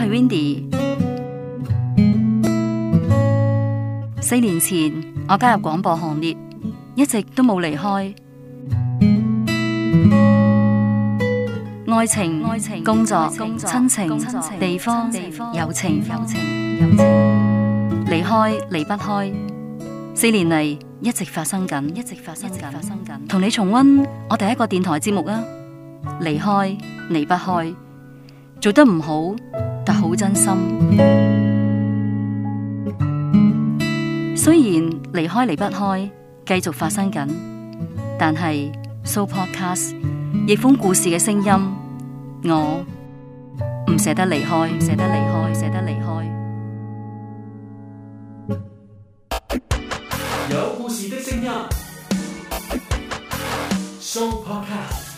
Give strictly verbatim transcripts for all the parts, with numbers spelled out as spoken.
係 Windy。四年前我加入廣播行列，一直都冇離開。愛情、愛情工作、親情、情地方、友情、友情、友情，離開離不開。四年嚟一直發生緊，一直發生緊，發生緊。同你重溫我第一個電台節目啊！離開離不開，做得唔好，但好真心。雖然離開離不開，繼續發生緊，但係 So Podcast 逆風故事嘅聲音，我唔捨得離開，唔捨得離開，唔捨得離開。 有故事的聲音 So Podcast。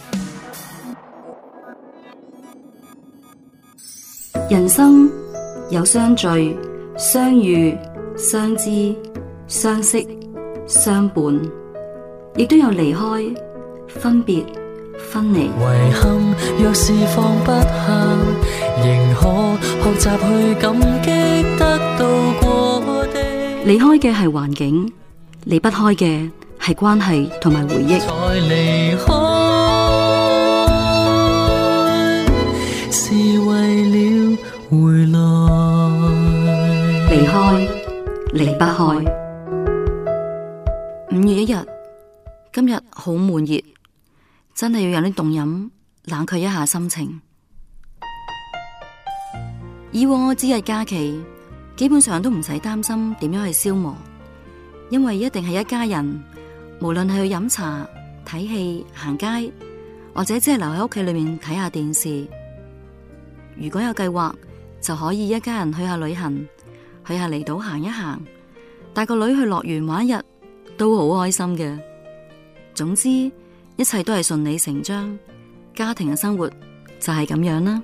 人生有相聚、相遇、相知、相識、相伴，亦都有離開、分別、分離。 遺憾若是放不下，仍可學習去感激得到過的。 離開嘅係環境，離不開嘅係關係同埋回憶。 才離開是為了回來。 離開離不開。五月一日，今日好悶熱，真係要有啲凍飲冷卻一下心情。以往我節日假期基本上都唔使擔心點樣去消磨，因為一定係一家人，無論係去飲茶、睇戲、行街，或者只係留喺屋企裏面睇下電視。如果有計劃，就可以一家人去下旅行，去下離島行一行，帶個女去樂園玩一日，都好開心嘅。總之，一切都係順理成章，家庭嘅生活就係咁樣啦。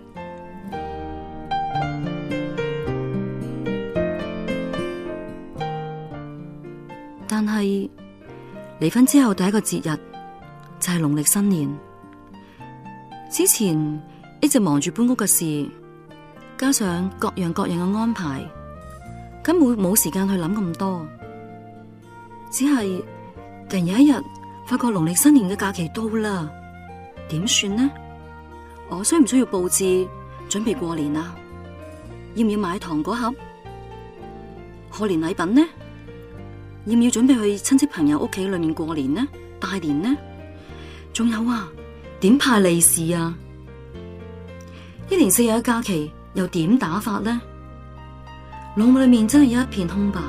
但係離婚之後第一個節日就係農曆新年。之前一直忙住搬屋嘅事，加上各樣各樣嘅安排，根本冇時間去諗咁多。只係突然有一日發覺農曆新年嘅假期到啦，點算呢？我需唔需要布置準備過年啊？要唔要買糖果盒？賀年禮品呢？要唔要準備去親戚朋友屋企裏面過年呢？拜年呢？仲有啊，點派利是啊？一連四日嘅假期又點打發呢？腦裏面真係一片空白。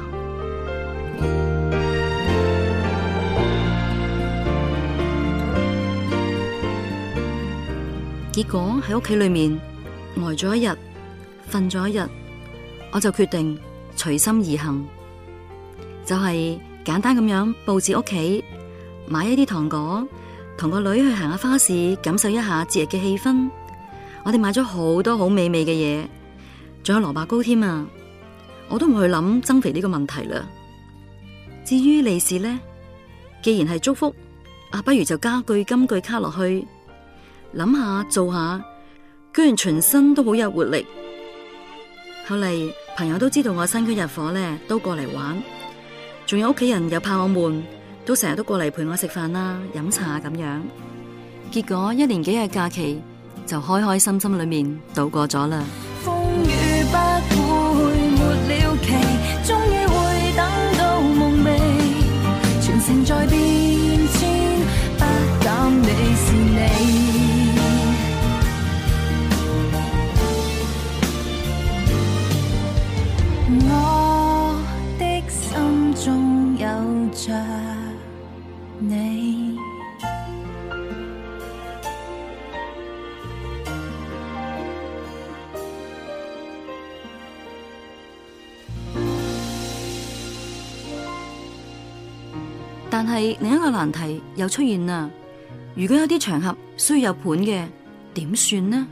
結果喺屋企裏面呆咗一日，瞓咗一日，我就決定隨心而行。就係簡單咁樣布置屋企，買一啲糖果，同個女去行下花市，感受一下節日嘅氣氛。我哋買咗好多好美味嘅嘢，仲有蘿蔔糕添啊！我都唔去諗增肥呢個問題啦。至於利是呢，既然係祝福，啊，不如就加句金句卡落去，諗下做下，居然全身都好有活力。後嚟朋友都知道我新居入伙呢，都過嚟玩。仲有屋企人又怕我悶，都成日都過嚟陪我食飯啦、飲茶咁樣。結果一連幾日假期就開開心心裏面度過咗啦。 風雨不會沒了期，終於會等到夢寐，全城在變遷，不減你是你。我的心中有着你。 但係另一個難題又出現啦。如果有啲場合需要有伴嘅，點算呢？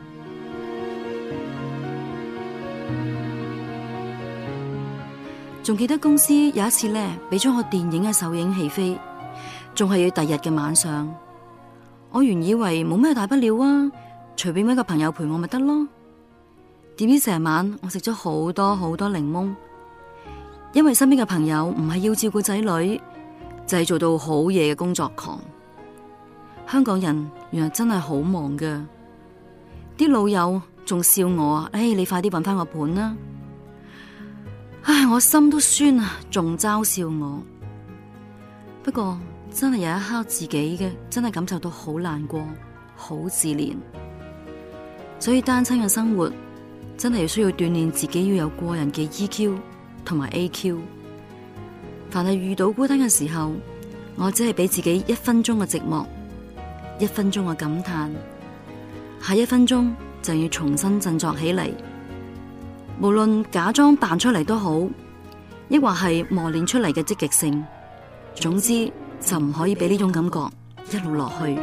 仲記得公司有一次咧，俾咗我電影嘅首映戲飛，仲係要第日嘅晚上。我原以為冇咩大不了啊，隨便搵個朋友陪我咪得咯。 點知成晚我食咗好多好多檸檬，因為身邊嘅朋友唔係要照顧仔女，就係做到好夜嘅工作狂。香港人原來真係好忙㗎，啲老友仲笑我，唉，你快啲搵返個伴啦！唉，我心都酸啊，仲嘲笑我。不過真係有一刻自己嘅真係感受到好難過，好自憐。所以單親嘅生活真係需要鍛煉自己，要有過人嘅 E Q 同埋 A Q。凡係遇到孤單嘅時候，我只係俾自己一分鐘嘅寂寞，一分鐘嘅感嘆，下一分鐘就要重新振作起嚟。無論假裝扮出嚟都好，抑或係磨練出嚟嘅積極性，總之就唔可以俾呢種感覺一路落去。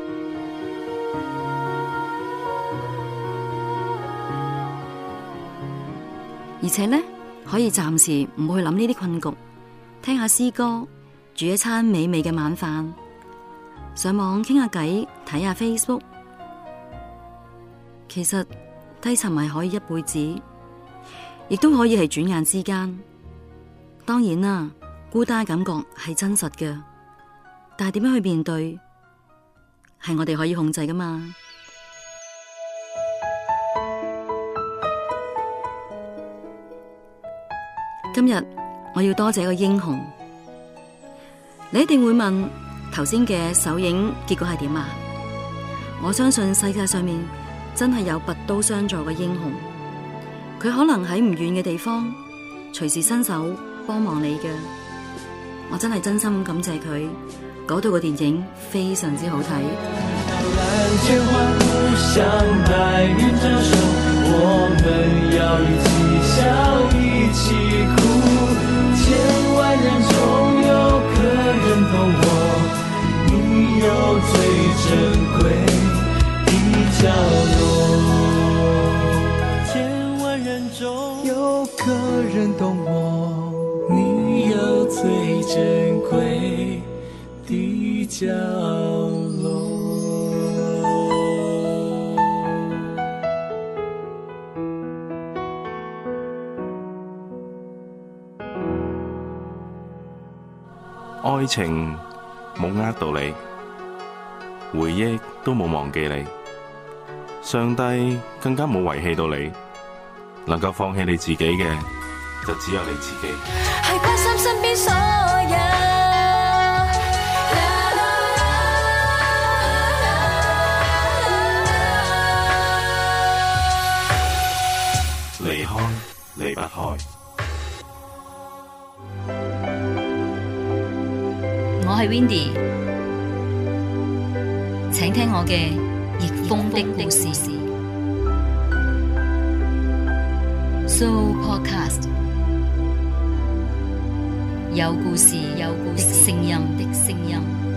而且呢，可以暫時唔會去諗呢啲困局，聽下詩歌，煮一餐美味嘅晚飯，上網傾下偈，睇下 Facebook。其實低沉係可以一輩子，亦都可以係轉眼之間。當然啦，孤單感覺係真實嘅，但係點樣去面對，係我哋可以控制噶嘛。今日我要多謝一個英雄。你一定會問，頭先嘅首映結果係點啊？我相信世界上面真係有拔刀相助嘅英雄，佢可能喺唔遠嘅地方隨時伸手幫忙你嘅。我真係真心咁感謝佢，嗰度嘅電影非常之好睇。 角落。 愛情冇呃到你，回憶都冇忘記你，上帝更加冇遺棄到你，能夠放棄你自己嘅，就只有你自己。 係關心身邊所有。 離開，離不開。 我係 Windy，請聽我嘅逆風的故事。So Podcast 有故事，有故事的聲音的聲音。